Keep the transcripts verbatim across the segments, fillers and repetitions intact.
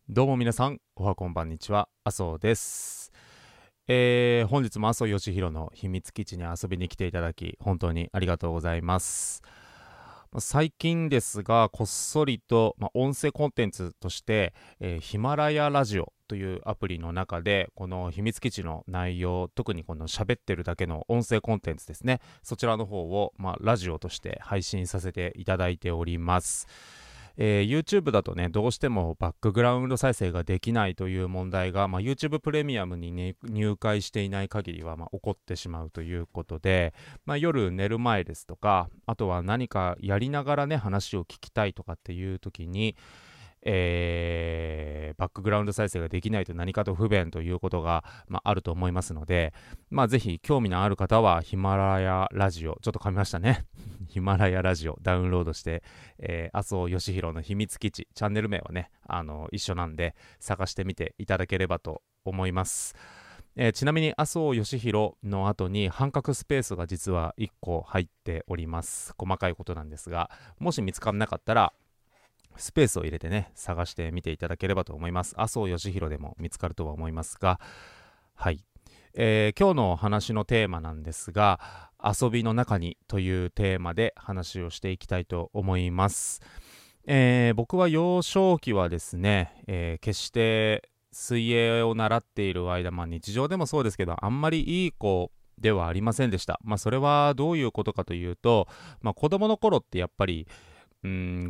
どうも皆さん、おはこんばんにちは、麻生です。えー、本日も麻生義弘の秘密基地に遊びに来ていただき、本当にありがとうございます。まあ最近ですが、こっそりと、まあ、音声コンテンツとして、えーヒマラヤラジオというアプリの中で、この秘密基地の内容、特にこの喋ってるだけの音声コンテンツですね、そちらの方を、まあ、ラジオとして配信させていただいております。えー YouTube だとね、どうしてもバックグラウンド再生ができないという問題が、まあ、YouTube プレミアムに、ね、入会していない限りは、まあ、起こってしまうということで、まあ、夜寝る前ですとか、あとは何かやりながらね、話を聞きたいとかっていう時に、えーバックグラウンド再生ができないと何かと不便ということが、まあ、あると思いますので、まあ、ぜひ興味のある方はヒマラヤラジオ、ちょっと噛みましたね。ヒマラヤラジオダウンロードして、えー、麻生義弘の秘密基地、チャンネル名はね、あの一緒なんで探してみていただければと思います。えーちなみに麻生義弘の後に半角スペースが実はいっこ入っております。細かいことなんですが、もし見つからなかったらスペースを入れてね、探してみていただければと思います。麻生義弘でも見つかるとは思いますが、はい。えー今日の話のテーマなんですが、遊びの中にというテーマで話をしていきたいと思います。えー僕は幼少期はですね、えー決して水泳を習っている間、まあ日常でもそうですけど、あんまりいい子ではありませんでした。まあそれはどういうことかというと、まあ子供の頃ってやっぱりうん、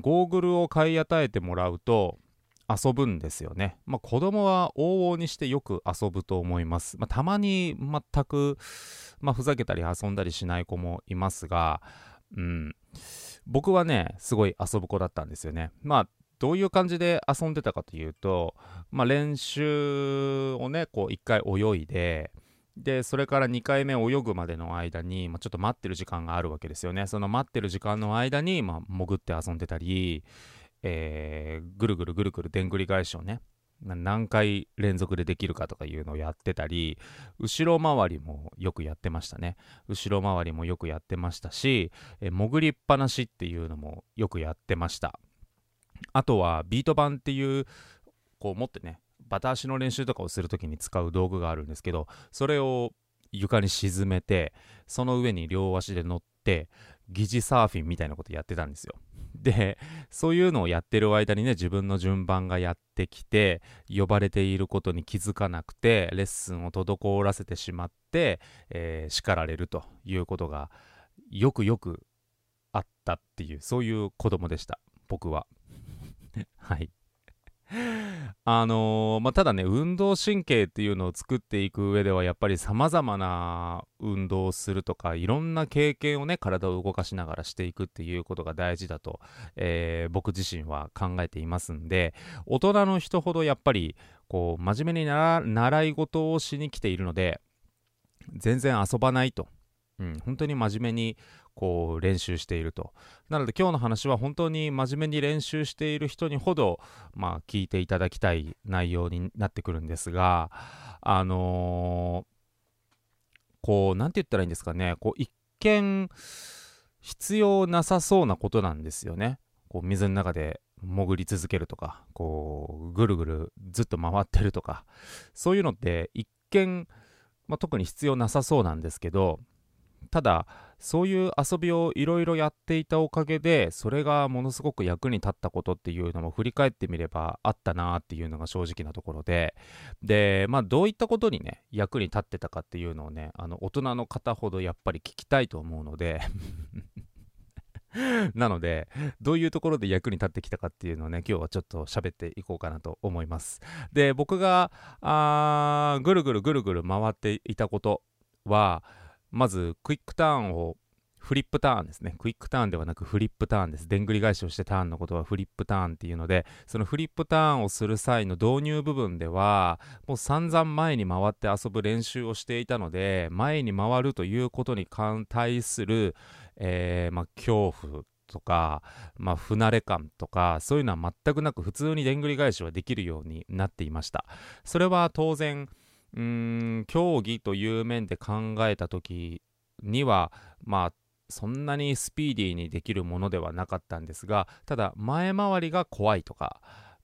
ゴーグルを買い与えてもらうと遊ぶんですよね。まあ子供は往々にしてよく遊ぶと思います。まあたまに全く、まあ、ふざけたり遊んだりしない子もいますが、うん、僕はね、すごい遊ぶ子だったんですよね。まあどういう感じで遊んでたかというと、まあ練習をね、こう一回泳いで、でそれからにかいめ泳ぐまでの間に、まあ、ちょっと待ってる時間があるわけですよね。その待ってる時間の間に、まあ、潜って遊んでたり、えーぐるぐるぐるぐるでんぐり返しをね、な何回連続でできるかとかいうのをやってたり、後ろ回りもよくやってましたね。後ろ回りもよくやってましたし、えー潜りっぱなしっていうのもよくやってました。あとはビート板っていう、こう持ってね、バタ足の練習とかをするときに使う道具があるんですけど、それを床に沈めて、その上に両足で乗って疑似サーフィンみたいなことやってたんですよ。でそういうのをやってる間にね、自分の順番がやってきて、呼ばれていることに気づかなくてレッスンを滞らせてしまって、えー叱られるということがよくよくあったっていう、そういう子供でした、僕は。はい。あのーまあ、ただね、運動神経っていうのを作っていく上では、やっぱり様々な運動をするとか、いろんな経験をね、体を動かしながらしていくっていうことが大事だと、えー僕自身は考えていますんで、大人の人ほどやっぱり、こう、真面目になら習い事をしに来ているので、全然遊ばないと。うん、本当に真面目にこう練習していると。なので今日の話は本当に真面目に練習している人にほど、まあ、聞いていただきたい内容になってくるんですが、あのーこう、なんて言ったらいいんですかね、こう、一見必要なさそうなことなんですよね。こう、水の中で潜り続けるとか、こう、ぐるぐるずっと回ってるとか、そういうのって一見、まあ、特に必要なさそうなんですけど、ただそういう遊びをいろいろやっていたおかげで、それがものすごく役に立ったことっていうのも振り返ってみればあったなっていうのが正直なところで、でまあどういったことにね役に立ってたかっていうのをね、あの大人の方ほどやっぱり聞きたいと思うのでなのでどういうところで役に立ってきたかっていうのをね、今日はちょっと喋っていこうかなと思います。で僕があーぐるぐるぐるぐる回っていたことは、まずクイックターンを、フリップターンですね。クイックターンではなくフリップターンです。でんぐり返しをしてターンのことはフリップターンっていうので、そのフリップターンをする際の導入部分では、もう散々前に回って遊ぶ練習をしていたので、前に回るということに対する、えーまあ、恐怖とか、まあ、不慣れ感とか、そういうのは全くなく、普通にでんぐり返しはできるようになっていました。それは当然、うーん競技という面で考えた時には、まあそんなにスピーディーにできるものではなかったんですが、ただ前回りが怖いとか、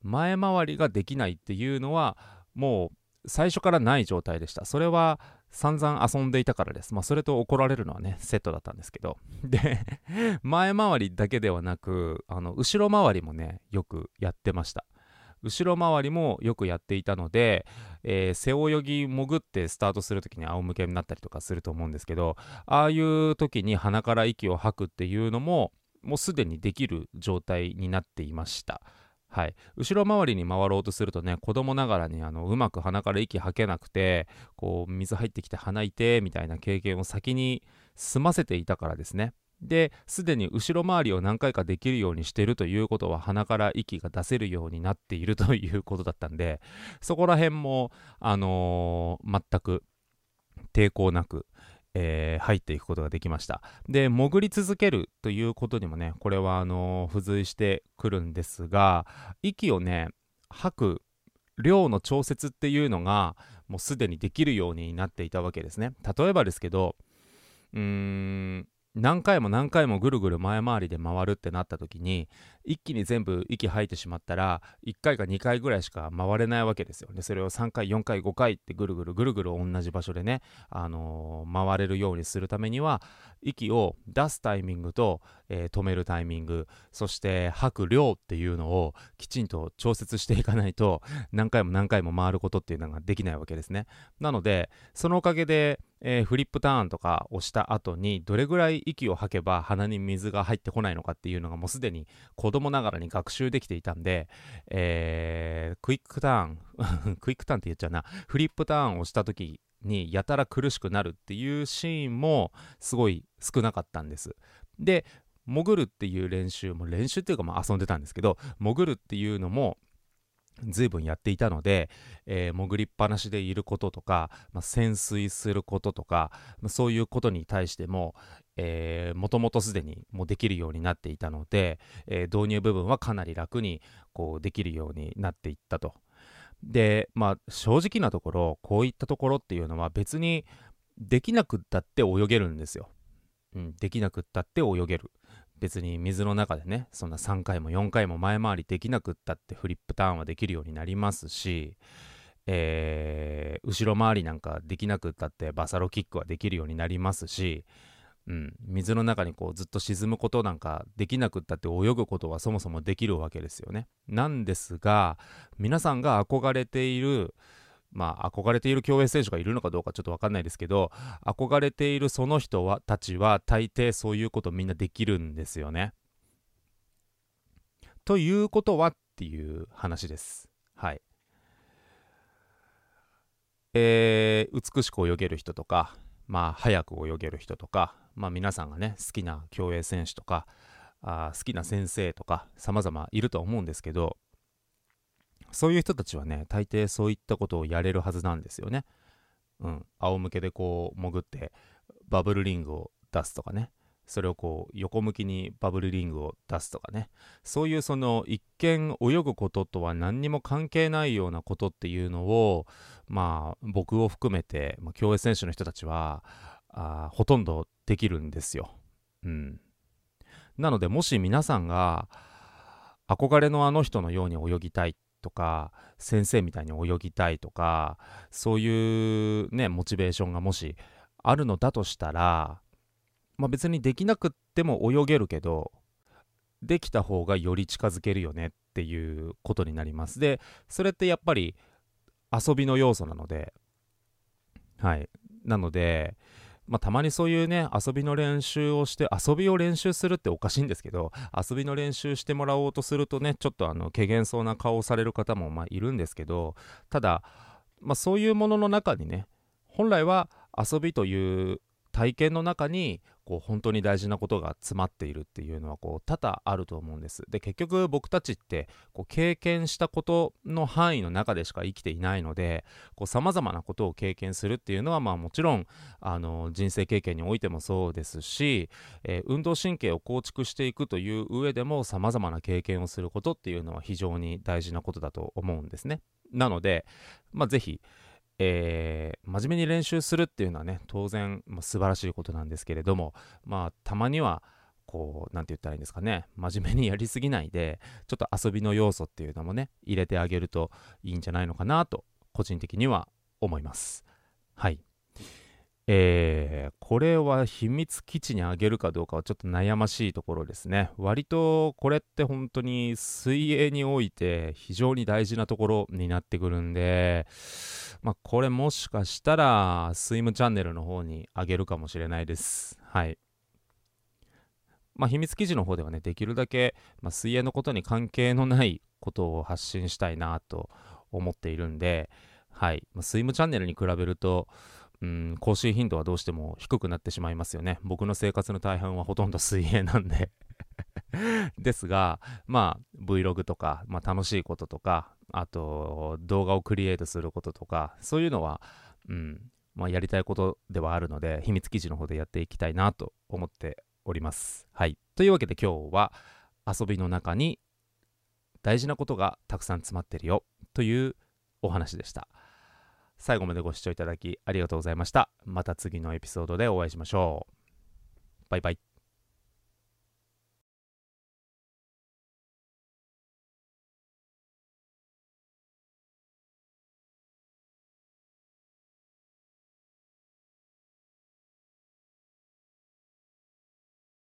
前回りができないっていうのはもう最初からない状態でした。それは散々遊んでいたからです。まあそれと怒られるのはねセットだったんですけど、で前回りだけではなくあの後ろ回りもねよくやってました。後ろ回りもよくやっていたので、えー背泳ぎ潜ってスタートするときに仰向けになったりとかすると思うんですけど、ああいう時に鼻から息を吐くっていうのももうすでにできる状態になっていました。はい、後ろ回りに回ろうとするとね子供ながらにあのうまく鼻から息吐けなくて、こう水入ってきて鼻痛いみたいな経験を先に済ませていたからですね。ですでに後ろ回りを何回かできるようにしているということは鼻から息が出せるようになっているということだったんで、そこら辺も、あのー全く抵抗なく、えー入っていくことができました。で潜り続けるということにもねこれはあのー付随してくるんですが、息をね吐く量の調節っていうのがもうすでにできるようになっていたわけですね。例えばですけど、うーん何回も何回もぐるぐる前回りで回るってなった時に一気に全部息吐いてしまったらいっかいかにかいぐらいしか回れないわけですよね。それをさんかいよんかいごかいってぐるぐるぐるぐる同じ場所でね、あのー回れるようにするためには息を出すタイミングと、えー止めるタイミング、そして吐く量っていうのをきちんと調節していかないと何回も何回も回ることっていうのができないわけですね。なのでそのおかげでえーフリップターンとかをした後にどれぐらい息を吐けば鼻に水が入ってこないのかっていうのがもうすでに子供ながらに学習できていたんで、えークイックターンクイックターンって言っちゃうな、フリップターンをした時にやたら苦しくなるっていうシーンもすごい少なかったんです。で潜るっていう練習も練習っていうかまあ遊んでたんですけど、潜るっていうのも随分やっていたので、えー潜りっぱなしでいることとか、まあ、潜水することとか、まあそういうことに対してももともとすでにもうできるようになっていたので、えー導入部分はかなり楽にこうできるようになっていったと。でまあ正直なところこういったところっていうのは別にできなくったって泳げるんですよ。うん、できなくったって泳げる。別に水の中でねそんなさんかいもよんかいも前回りできなくったってフリップターンはできるようになりますし、えー後ろ回りなんかできなくったってバサロキックはできるようになりますし、うん、水の中にこうずっと沈むことなんかできなくったって泳ぐことはそもそもできるわけですよね。なんですが皆さんが憧れている、まあ憧れている競泳選手がいるのかどうかちょっと分かんないですけど、憧れているその人はたちは大抵そういうことみんなできるんですよね。ということはっていう話です。はい。えー美しく泳げる人とか、まあ速く泳げる人とか、まあ皆さんがね好きな競泳選手とか、あー好きな先生とか様々いると思うんですけど、そういう人たちはね大抵そういったことをやれるはずなんですよね。うん、仰向けでこう潜ってバブルリングを出すとかね、それをこう横向きにバブルリングを出すとかね、そういうその一見泳ぐこととは何にも関係ないようなことっていうのを、まあ僕を含めて、まあ、競泳選手の人たちはあほとんどできるんですよ。うん、なのでもし皆さんが憧れのあの人のように泳ぎたいとか先生みたいに泳ぎたいとか、そういうねモチベーションがもしあるのだとしたら、まあ、別にできなくっても泳げるけどできた方がより近づけるよねっていうことになります。でそれってやっぱり遊びの要素なので、はいなのでまあ、たまにそういうね遊びの練習をして、遊びを練習するっておかしいんですけど、遊びの練習してもらおうとするとねちょっとあの怪げそうな顔をされる方もまあいるんですけど、ただ、まあ、そういうものの中にね本来は遊びという体験の中にこう本当に大事なことが詰まっているっていうのはこう多々あると思うんです。で結局僕たちってこう経験したことの範囲の中でしか生きていないので、さまざまなことを経験するっていうのはまあもちろんあの人生経験においてもそうですし、えー運動神経を構築していくという上でもさまざまな経験をすることっていうのは非常に大事なことだと思うんですね。なので、まあ、ぜひえー真面目に練習するっていうのはね当然、まあ、素晴らしいことなんですけれども、まあたまにはこうなんて言ったらいいんですかね、真面目にやりすぎないで、ちょっと遊びの要素っていうのもね入れてあげるといいんじゃないのかなと個人的には思います。はい。えー、これは秘密基地にあげるかどうかはちょっと悩ましいところですね。割とこれって本当に水泳において非常に大事なところになってくるんで、まあこれもしかしたらスイムチャンネルの方にあげるかもしれないです。はい。まあ秘密基地の方ではね、できるだけ、まあ、水泳のことに関係のないことを発信したいなと思っているんで、はい。まあ、スイムチャンネルに比べると、うん、更新頻度はどうしても低くなってしまいますよね。僕の生活の大半はほとんど水泳なんでですが、まあ Vlog とか、まあ、楽しいこととか、あと動画をクリエイトすることとか、そういうのは、うんまあ、やりたいことではあるので、秘密基地の方でやっていきたいなと思っております。はい。というわけで今日は遊びの中に大事なことがたくさん詰まってるよというお話でした。最後までご視聴いただきありがとうございました。また次のエピソードでお会いしましょう。バイバイ。